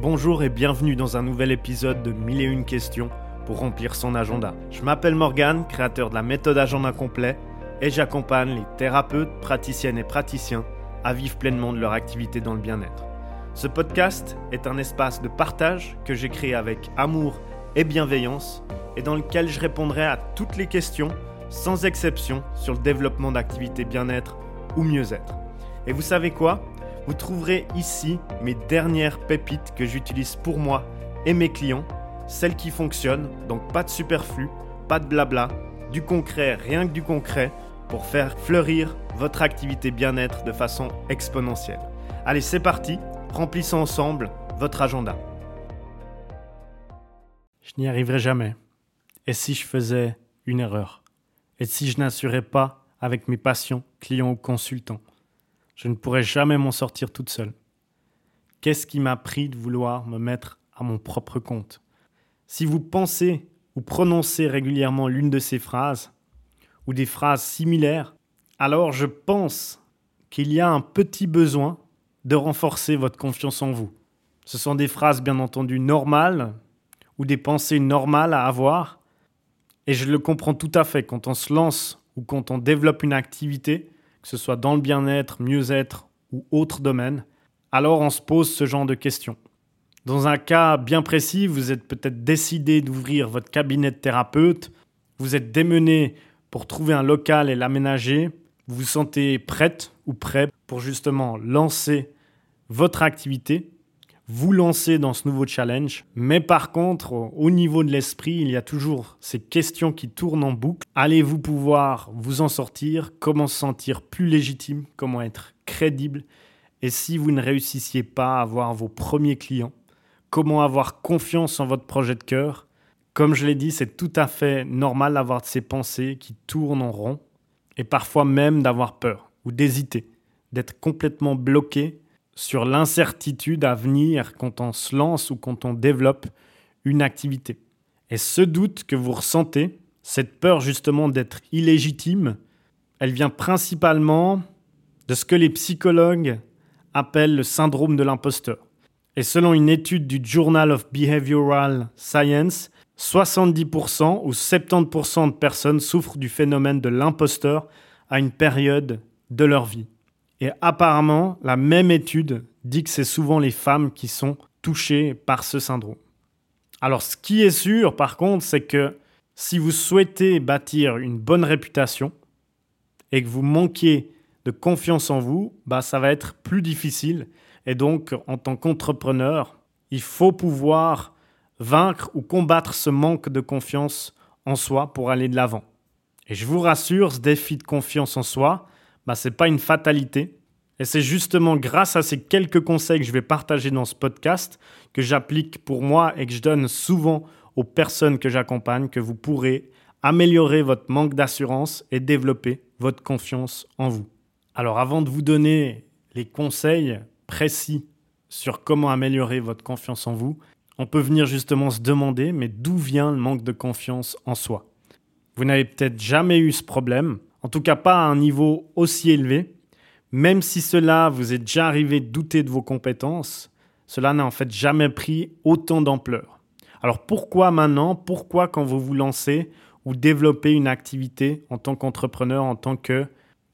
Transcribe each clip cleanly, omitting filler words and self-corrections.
Bonjour et bienvenue dans un nouvel épisode de 1001 questions pour remplir son agenda. Je m'appelle Morgane, créateur de la méthode Agenda Complet et j'accompagne les thérapeutes, praticiennes et praticiens à vivre pleinement de leur activité dans le bien-être. Ce podcast est un espace de partage que j'ai créé avec amour et bienveillance et dans lequel je répondrai à toutes les questions sans exception sur le développement d'activités bien-être ou mieux-être. Et vous savez quoi ? Vous trouverez ici mes dernières pépites que j'utilise pour moi et mes clients, celles qui fonctionnent, donc pas de superflu, pas de blabla, du concret, rien que du concret, pour faire fleurir votre activité bien-être de façon exponentielle. Allez, c'est parti, remplissons ensemble votre agenda. Je n'y arriverai jamais. Et si je faisais une erreur ? Et si je n'assurais pas avec mes patients, clients ou consultants ? Je ne pourrais jamais m'en sortir toute seule. Qu'est-ce qui m'a pris de vouloir me mettre à mon propre compte ? Si vous pensez ou prononcez régulièrement l'une de ces phrases, ou des phrases similaires, alors je pense qu'il y a un petit besoin de renforcer votre confiance en vous. Ce sont des phrases bien entendu normales, ou des pensées normales à avoir, et je le comprends tout à fait quand on se lance ou quand on développe une activité, que ce soit dans le bien-être, mieux-être ou autre domaine, alors on se pose ce genre de questions. Dans un cas bien précis, vous êtes peut-être décidé d'ouvrir votre cabinet de thérapeute, vous êtes démené pour trouver un local et l'aménager, vous vous sentez prête ou prêt pour justement lancer votre activité, vous lancer dans ce nouveau challenge. Mais par contre, au niveau de l'esprit, il y a toujours ces questions qui tournent en boucle. Allez-vous pouvoir vous en sortir ? Comment se sentir plus légitime ? Comment être crédible ? Et si vous ne réussissiez pas à avoir vos premiers clients ? Comment avoir confiance en votre projet de cœur ? Comme je l'ai dit, c'est tout à fait normal d'avoir ces pensées qui tournent en rond et parfois même d'avoir peur ou d'hésiter, d'être complètement bloqué sur l'incertitude à venir quand on se lance ou quand on développe une activité. Et ce doute que vous ressentez, cette peur justement d'être illégitime, elle vient principalement de ce que les psychologues appellent le syndrome de l'imposteur. Et selon une étude du Journal of Behavioral Science, 70% ou 70% de personnes souffrent du phénomène de l'imposteur à une période de leur vie. Et apparemment, la même étude dit que c'est souvent les femmes qui sont touchées par ce syndrome. Alors, ce qui est sûr, par contre, c'est que si vous souhaitez bâtir une bonne réputation et que vous manquez de confiance en vous, ça va être plus difficile. Et donc, en tant qu'entrepreneur, il faut pouvoir vaincre ou combattre ce manque de confiance en soi pour aller de l'avant. Et je vous rassure, ce défi de confiance en soi, ce n'est pas une fatalité. Et c'est justement grâce à ces quelques conseils que je vais partager dans ce podcast, que j'applique pour moi et que je donne souvent aux personnes que j'accompagne, que vous pourrez améliorer votre manque d'assurance et développer votre confiance en vous. Alors avant de vous donner les conseils précis sur comment améliorer votre confiance en vous, on peut venir justement se demander, mais d'où vient le manque de confiance en soi ? Vous n'avez peut-être jamais eu ce problème, en tout cas pas à un niveau aussi élevé. Même si cela vous est déjà arrivé de douter de vos compétences, cela n'a en fait jamais pris autant d'ampleur. Alors pourquoi maintenant ? Pourquoi quand vous vous lancez ou développez une activité en tant qu'entrepreneur, en tant qu'indépendant ?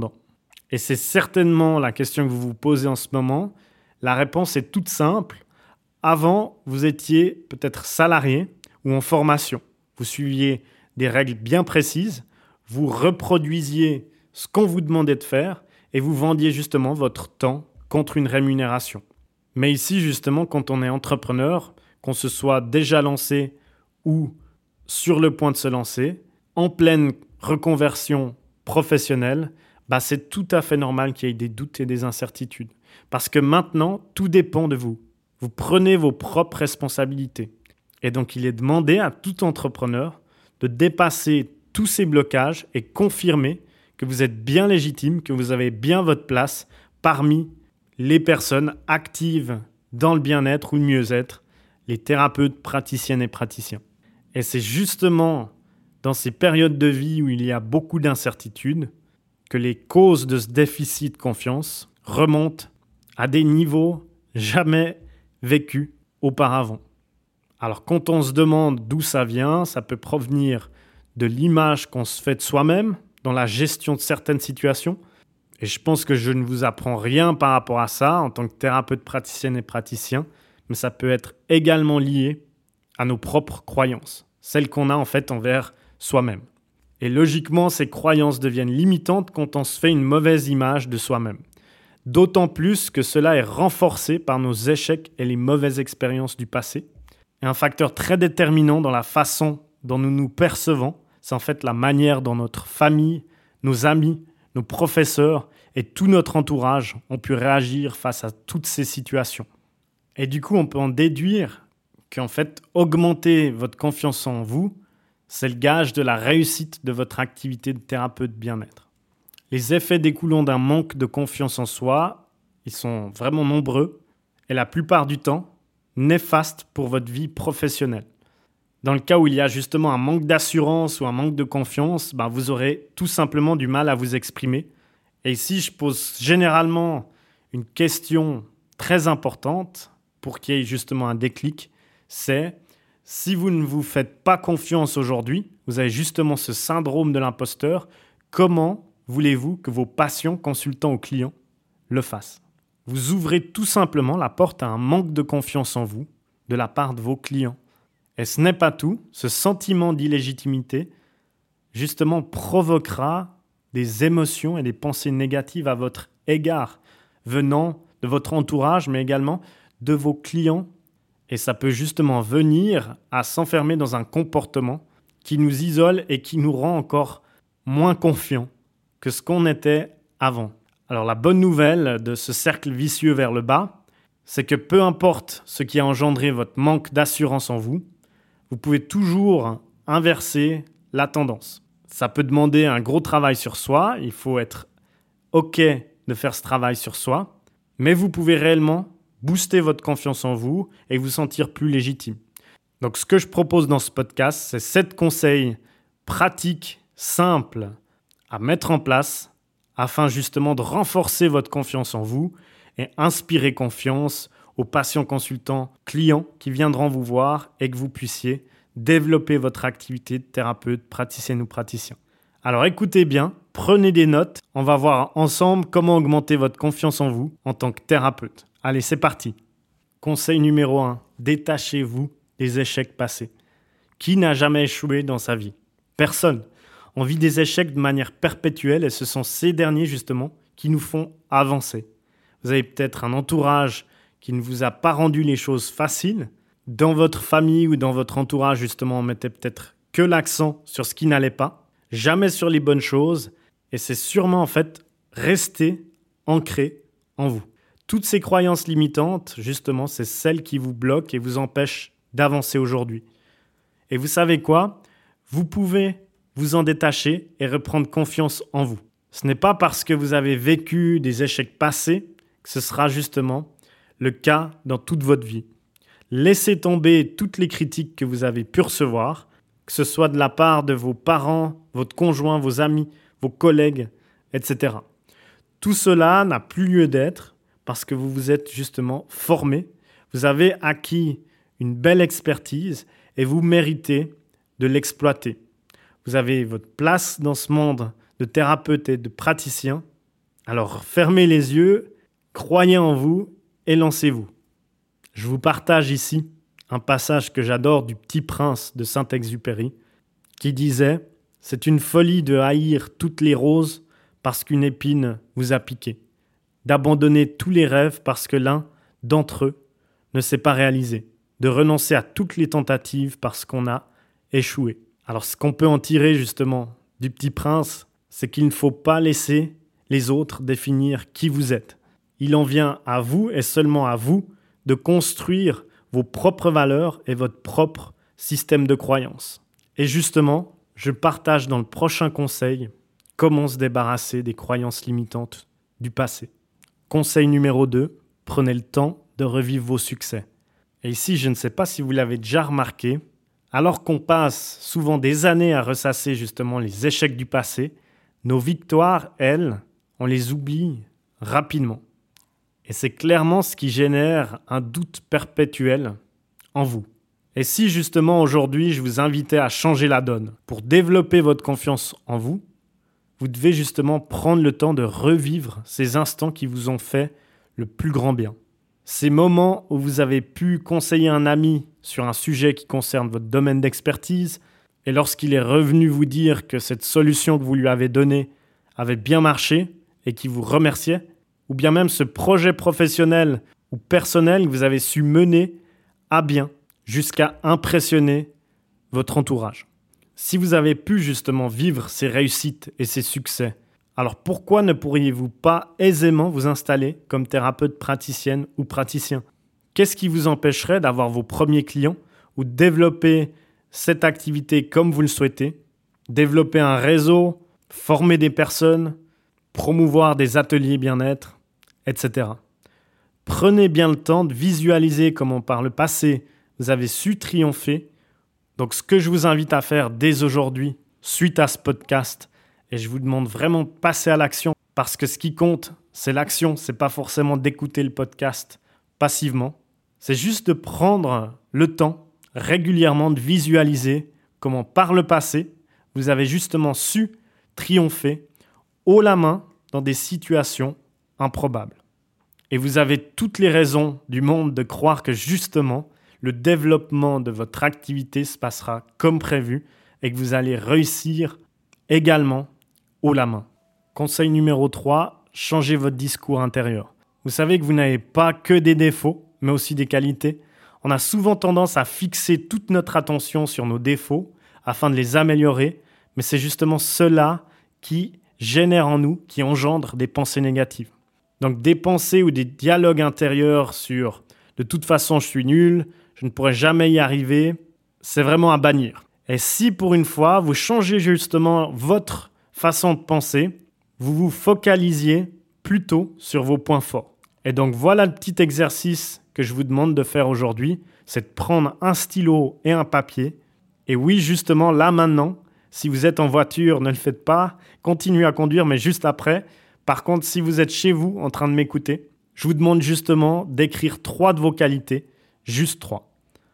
Et c'est certainement la question que vous vous posez en ce moment. La réponse est toute simple. Avant, vous étiez peut-être salarié ou en formation. Vous suiviez des règles bien précises. Vous reproduisiez ce qu'on vous demandait de faire et vous vendiez justement votre temps contre une rémunération. Mais ici, justement, quand on est entrepreneur, qu'on se soit déjà lancé ou sur le point de se lancer, en pleine reconversion professionnelle, c'est tout à fait normal qu'il y ait des doutes et des incertitudes. Parce que maintenant, tout dépend de vous. Vous prenez vos propres responsabilités. Et donc, il est demandé à tout entrepreneur de dépasser tous ces blocages et confirmer que vous êtes bien légitime, que vous avez bien votre place parmi les personnes actives dans le bien-être ou le mieux-être, les thérapeutes, praticiennes et praticiens. Et c'est justement dans ces périodes de vie où il y a beaucoup d'incertitudes que les causes de ce déficit de confiance remontent à des niveaux jamais vécu auparavant. Alors quand on se demande d'où ça vient, ça peut provenir de l'image qu'on se fait de soi-même dans la gestion de certaines situations. Et je pense que je ne vous apprends rien par rapport à ça en tant que thérapeute praticienne et praticien, mais ça peut être également lié à nos propres croyances, celles qu'on a en fait envers soi-même. Et logiquement, ces croyances deviennent limitantes quand on se fait une mauvaise image de soi-même. D'autant plus que cela est renforcé par nos échecs et les mauvaises expériences du passé. Et un facteur très déterminant dans la façon dont nous nous percevons, c'est en fait la manière dont notre famille, nos amis, nos professeurs et tout notre entourage ont pu réagir face à toutes ces situations. Et du coup, on peut en déduire qu'en fait, augmenter votre confiance en vous, c'est le gage de la réussite de votre activité de thérapeute bien-être. Les effets découlant d'un manque de confiance en soi, ils sont vraiment nombreux et la plupart du temps, néfastes pour votre vie professionnelle. Dans le cas où il y a justement un manque d'assurance ou un manque de confiance, vous aurez tout simplement du mal à vous exprimer. Et ici, je pose généralement une question très importante pour qu'il y ait justement un déclic, c'est si vous ne vous faites pas confiance aujourd'hui, vous avez justement ce syndrome de l'imposteur, comment voulez-vous que vos patients, consultants ou clients le fassent ? Vous ouvrez tout simplement la porte à un manque de confiance en vous de la part de vos clients. Et ce n'est pas tout, ce sentiment d'illégitimité, justement, provoquera des émotions et des pensées négatives à votre égard, venant de votre entourage, mais également de vos clients. Et ça peut justement venir à s'enfermer dans un comportement qui nous isole et qui nous rend encore moins confiants que ce qu'on était avant. Alors la bonne nouvelle de ce cercle vicieux vers le bas, c'est que peu importe ce qui a engendré votre manque d'assurance en vous, vous pouvez toujours inverser la tendance. Ça peut demander un gros travail sur soi, il faut être OK de faire ce travail sur soi, mais vous pouvez réellement booster votre confiance en vous et vous sentir plus légitime. Donc ce que je propose dans ce podcast, c'est 7 conseils pratiques, simples à mettre en place afin justement de renforcer votre confiance en vous et inspirer confiance aux patients consultants clients qui viendront vous voir et que vous puissiez développer votre activité de thérapeute, praticienne ou praticien. Alors écoutez bien, prenez des notes, on va voir ensemble comment augmenter votre confiance en vous en tant que thérapeute. Allez, c'est parti. Conseil numéro 1, détachez-vous des échecs passés. Qui n'a jamais échoué dans sa vie ? Personne. On vit des échecs de manière perpétuelle et ce sont ces derniers justement qui nous font avancer. Vous avez peut-être un entourage qui ne vous a pas rendu les choses faciles. Dans votre famille ou dans votre entourage, justement, on mettait peut-être que l'accent sur ce qui n'allait pas, jamais sur les bonnes choses. Et c'est sûrement, en fait, rester ancré en vous. Toutes ces croyances limitantes, justement, c'est celles qui vous bloquent et vous empêchent d'avancer aujourd'hui. Et vous savez quoi ? Vous pouvez vous en détacher et reprendre confiance en vous. Ce n'est pas parce que vous avez vécu des échecs passés que ce sera justement le cas dans toute votre vie. Laissez tomber toutes les critiques que vous avez pu recevoir, que ce soit de la part de vos parents, votre conjoint, vos amis, vos collègues, etc. Tout cela n'a plus lieu d'être parce que vous vous êtes justement formé, vous avez acquis une belle expertise et vous méritez de l'exploiter. Vous avez votre place dans ce monde de thérapeute et de praticien. Alors fermez les yeux, croyez en vous et lancez-vous. Je vous partage ici un passage que j'adore du Petit Prince de Saint-Exupéry qui disait « C'est une folie de haïr toutes les roses parce qu'une épine vous a piqué, d'abandonner tous les rêves parce que l'un d'entre eux ne s'est pas réalisé, de renoncer à toutes les tentatives parce qu'on a échoué. » Alors ce qu'on peut en tirer justement du Petit Prince, c'est qu'il ne faut pas laisser les autres définir qui vous êtes. Il en vient à vous et seulement à vous de construire vos propres valeurs et votre propre système de croyances. Et justement, je partage dans le prochain conseil comment se débarrasser des croyances limitantes du passé. Conseil numéro 2, prenez le temps de revivre vos succès. Et ici, je ne sais pas si vous l'avez déjà remarqué, alors qu'on passe souvent des années à ressasser justement les échecs du passé, nos victoires, elles, on les oublie rapidement. Et c'est clairement ce qui génère un doute perpétuel en vous. Et si justement aujourd'hui je vous invitais à changer la donne pour développer votre confiance en vous, vous devez justement prendre le temps de revivre ces instants qui vous ont fait le plus grand bien. Ces moments où vous avez pu conseiller un ami sur un sujet qui concerne votre domaine d'expertise, et lorsqu'il est revenu vous dire que cette solution que vous lui avez donnée avait bien marché et qu'il vous remerciait, ou bien même ce projet professionnel ou personnel que vous avez su mener à bien jusqu'à impressionner votre entourage. Si vous avez pu justement vivre ces réussites et ces succès, alors pourquoi ne pourriez-vous pas aisément vous installer comme thérapeute praticienne ou praticien ? Qu'est-ce qui vous empêcherait d'avoir vos premiers clients ou de développer cette activité comme vous le souhaitez, développer un réseau, former des personnes, promouvoir des ateliers bien-être, etc. Prenez bien le temps de visualiser comment par le passé vous avez su triompher. Donc ce que je vous invite à faire dès aujourd'hui, suite à ce podcast, et je vous demande vraiment de passer à l'action, parce que ce qui compte, c'est l'action, c'est pas forcément d'écouter le podcast passivement. C'est juste de prendre le temps régulièrement de visualiser comment par le passé, vous avez justement su triompher haut la main dans des situations improbables. Et vous avez toutes les raisons du monde de croire que justement, le développement de votre activité se passera comme prévu et que vous allez réussir également haut la main. Conseil numéro 3, changez votre discours intérieur. Vous savez que vous n'avez pas que des défauts, mais aussi des qualités. On a souvent tendance à fixer toute notre attention sur nos défauts afin de les améliorer, mais c'est justement cela qui génère en nous, qui engendre des pensées négatives. Donc des pensées ou des dialogues intérieurs sur « de toute façon je suis nul », je ne pourrai jamais y arriver, c'est vraiment à bannir. Et si pour une fois, vous changez justement votre façon de penser, vous vous focalisiez plutôt sur vos points forts. Et donc voilà le petit exercice que je vous demande de faire aujourd'hui, c'est de prendre un stylo et un papier. Et oui, justement, là maintenant, si vous êtes en voiture, ne le faites pas, continuez à conduire, mais juste après. Par contre, si vous êtes chez vous en train de m'écouter, je vous demande justement d'écrire 3 de vos qualités, juste 3.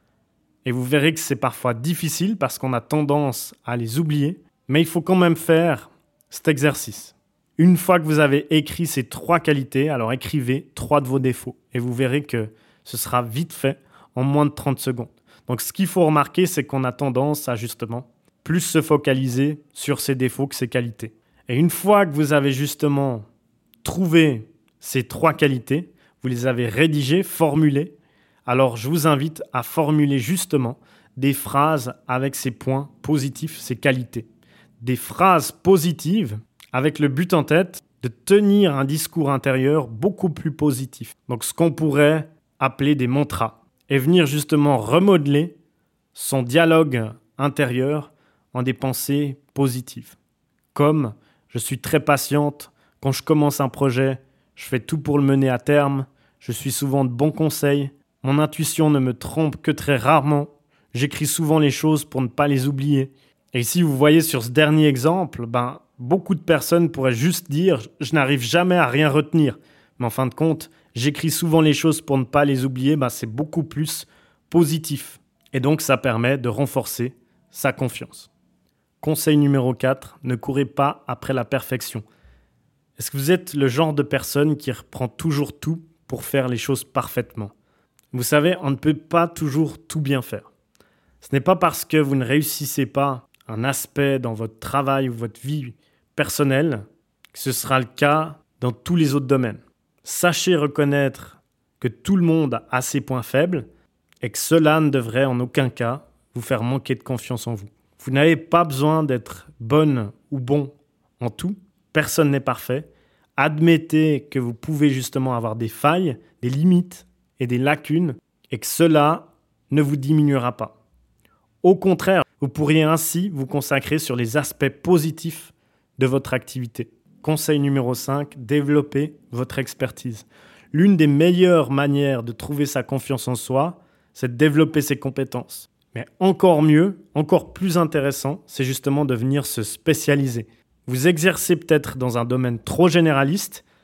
Et vous verrez que c'est parfois difficile parce qu'on a tendance à les oublier, mais il faut quand même faire cet exercice. Une fois que vous avez écrit ces 3 qualités, alors écrivez 3 de vos défauts et vous verrez que ce sera vite fait en moins de 30 secondes. Donc ce qu'il faut remarquer, c'est qu'on a tendance à justement plus se focaliser sur ses défauts que ses qualités. Et une fois que vous avez justement trouvé ces 3 qualités, vous les avez rédigées, formulées, alors je vous invite à formuler justement des phrases avec ces points positifs, ces qualités. Des phrases positives avec le but en tête de tenir un discours intérieur beaucoup plus positif. Donc ce qu'on pourrait appeler des mantras et venir justement remodeler son dialogue intérieur en des pensées positives. Comme je suis très patiente, quand je commence un projet, je fais tout pour le mener à terme, je suis souvent de bons conseils, mon intuition ne me trompe que très rarement, j'écris souvent les choses pour ne pas les oublier. Et ici, vous voyez sur ce dernier exemple, beaucoup de personnes pourraient juste dire « je n'arrive jamais à rien retenir ». Mais en fin de compte, j'écris souvent les choses pour ne pas les oublier, c'est beaucoup plus positif. Et donc, ça permet de renforcer sa confiance. Conseil numéro 4, ne courez pas après la perfection. Est-ce que vous êtes le genre de personne qui reprend toujours tout pour faire les choses parfaitement ? Vous savez, on ne peut pas toujours tout bien faire. Ce n'est pas parce que vous ne réussissez pas un aspect dans votre travail ou votre vie personnelle que ce sera le cas dans tous les autres domaines. Sachez reconnaître que tout le monde a ses points faibles et que cela ne devrait en aucun cas vous faire manquer de confiance en vous. Vous n'avez pas besoin d'être bonne ou bon en tout. Personne n'est parfait. Admettez que vous pouvez justement avoir des failles, des limites et des lacunes et que cela ne vous diminuera pas. Au contraire, vous pourriez ainsi vous consacrer sur les aspects positifs de votre activité. Conseil numéro 5, développez votre expertise. L'une des meilleures manières de trouver sa confiance en soi, c'est de développer ses compétences. Mais encore mieux, encore plus intéressant, c'est justement de venir se spécialiser. Vous exercez peut-être dans un domaine trop généraliste,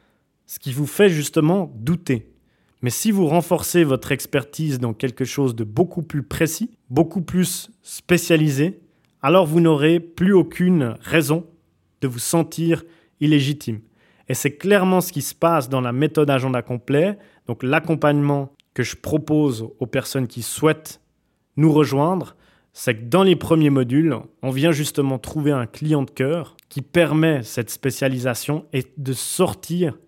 ce qui vous fait justement douter. Mais si vous renforcez votre expertise dans quelque chose de beaucoup plus précis, beaucoup plus spécialisé, alors vous n'aurez plus aucune raison de vous sentir illégitime. Et c'est clairement ce qui se passe dans la méthode agenda complet, donc l'accompagnement que je propose aux personnes qui souhaitent nous rejoindre, c'est que dans les premiers modules, on vient justement trouver un client de cœur qui permet cette spécialisation et de sortir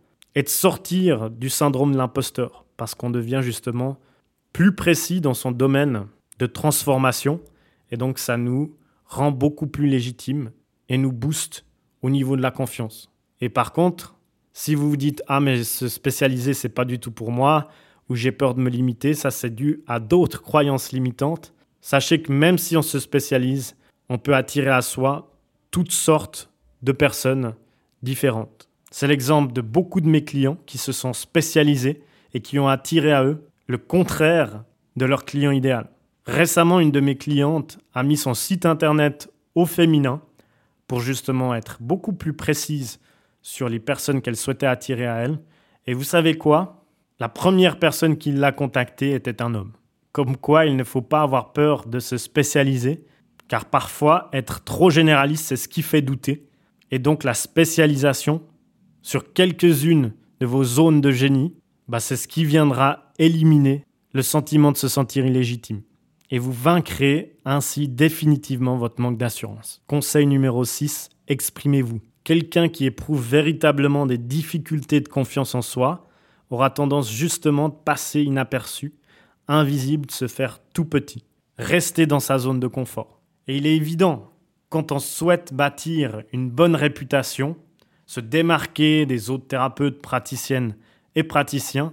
du syndrome de l'imposteur, parce qu'on devient justement plus précis dans son domaine de transformation, et donc ça nous rend beaucoup plus légitimes et nous booste au niveau de la confiance. Et par contre, si vous vous dites « Ah, mais se spécialiser, c'est pas du tout pour moi », ou « J'ai peur de me limiter », ça c'est dû à d'autres croyances limitantes. Sachez que même si on se spécialise, on peut attirer à soi toutes sortes de personnes différentes. C'est l'exemple de beaucoup de mes clients qui se sont spécialisés et qui ont attiré à eux le contraire de leur client idéal. Récemment, une de mes clientes a mis son site internet au féminin pour justement être beaucoup plus précise sur les personnes qu'elle souhaitait attirer à elle. Et vous savez quoi ? La première personne qui l'a contactée était un homme. Comme quoi, il ne faut pas avoir peur de se spécialiser, car parfois, être trop généraliste, c'est ce qui fait douter. Et donc, la spécialisation sur quelques-unes de vos zones de génie, c'est ce qui viendra éliminer le sentiment de se sentir illégitime. Et vous vaincrez ainsi définitivement votre manque d'assurance. Conseil numéro 6, exprimez-vous. Quelqu'un qui éprouve véritablement des difficultés de confiance en soi aura tendance justement de passer inaperçu, invisible, de se faire tout petit. Rester dans sa zone de confort. Et il est évident, quand on souhaite bâtir une bonne réputation, se démarquer des autres thérapeutes, praticiennes et praticiens,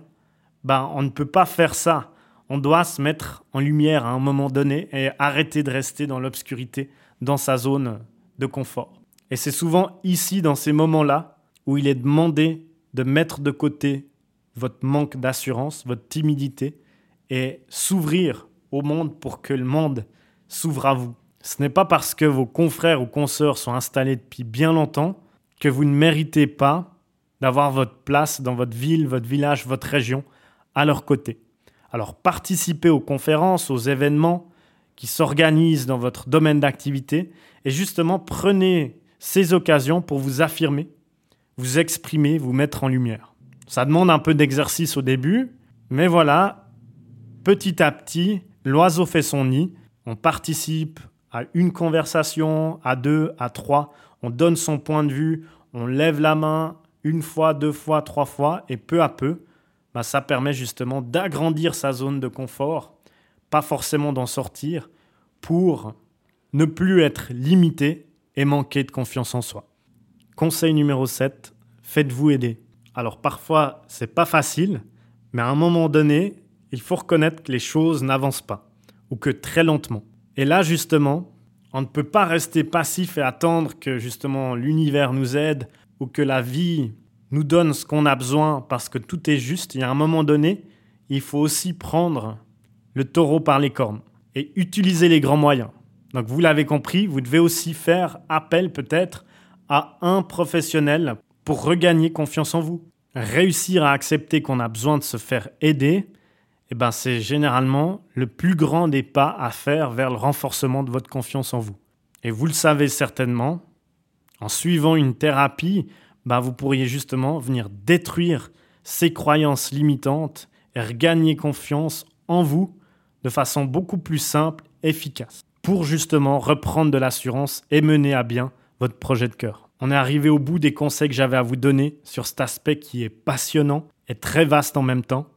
on ne peut pas faire ça. On doit se mettre en lumière à un moment donné et arrêter de rester dans l'obscurité, dans sa zone de confort. Et c'est souvent ici, dans ces moments-là, où il est demandé de mettre de côté votre manque d'assurance, votre timidité, et s'ouvrir au monde pour que le monde s'ouvre à vous. Ce n'est pas parce que vos confrères ou consoeurs sont installés depuis bien longtemps que vous ne méritez pas d'avoir votre place dans votre ville, votre village, votre région, à leur côté. Alors participez aux conférences, aux événements qui s'organisent dans votre domaine d'activité et justement prenez ces occasions pour vous affirmer, vous exprimer, vous mettre en lumière. Ça demande un peu d'exercice au début, mais voilà, petit à petit, l'oiseau fait son nid, on participe à une conversation, à 2, à 3, on donne son point de vue, on lève la main 1 fois, 2 fois, 3 fois et peu à peu, ça permet justement d'agrandir sa zone de confort, pas forcément d'en sortir, pour ne plus être limité et manquer de confiance en soi. Conseil numéro 7, faites-vous aider. Alors parfois, c'est pas facile, mais à un moment donné, il faut reconnaître que les choses n'avancent pas, ou que très lentement. Et là, justement, on ne peut pas rester passif et attendre que justement l'univers nous aide, ou que la vie nous donne ce qu'on a besoin parce que tout est juste. Il y a un moment donné, il faut aussi prendre le taureau par les cornes et utiliser les grands moyens. Donc vous l'avez compris, vous devez aussi faire appel peut-être à un professionnel pour regagner confiance en vous. Réussir à accepter qu'on a besoin de se faire aider, c'est généralement le plus grand des pas à faire vers le renforcement de votre confiance en vous. Et vous le savez certainement, en suivant une thérapie, vous pourriez justement venir détruire ces croyances limitantes et regagner confiance en vous de façon beaucoup plus simple et efficace pour justement reprendre de l'assurance et mener à bien votre projet de cœur. On est arrivé au bout des conseils que j'avais à vous donner sur cet aspect qui est passionnant et très vaste en même temps.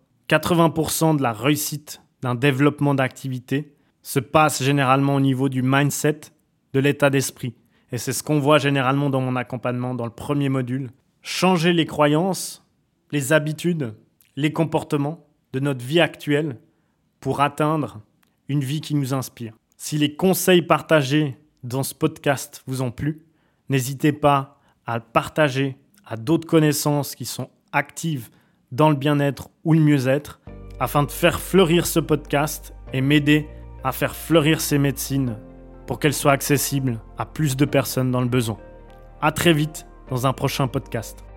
80% de la réussite d'un développement d'activité se passe généralement au niveau du mindset, de l'état d'esprit. Et c'est ce qu'on voit généralement dans mon accompagnement, dans le premier module. Changer les croyances, les habitudes, les comportements de notre vie actuelle pour atteindre une vie qui nous inspire. Si les conseils partagés dans ce podcast vous ont plu, n'hésitez pas à le partager à d'autres connaissances qui sont actives dans le bien-être ou le mieux-être afin de faire fleurir ce podcast et m'aider à faire fleurir ces médecines pour qu'elles soient accessibles à plus de personnes dans le besoin. À très vite dans un prochain podcast.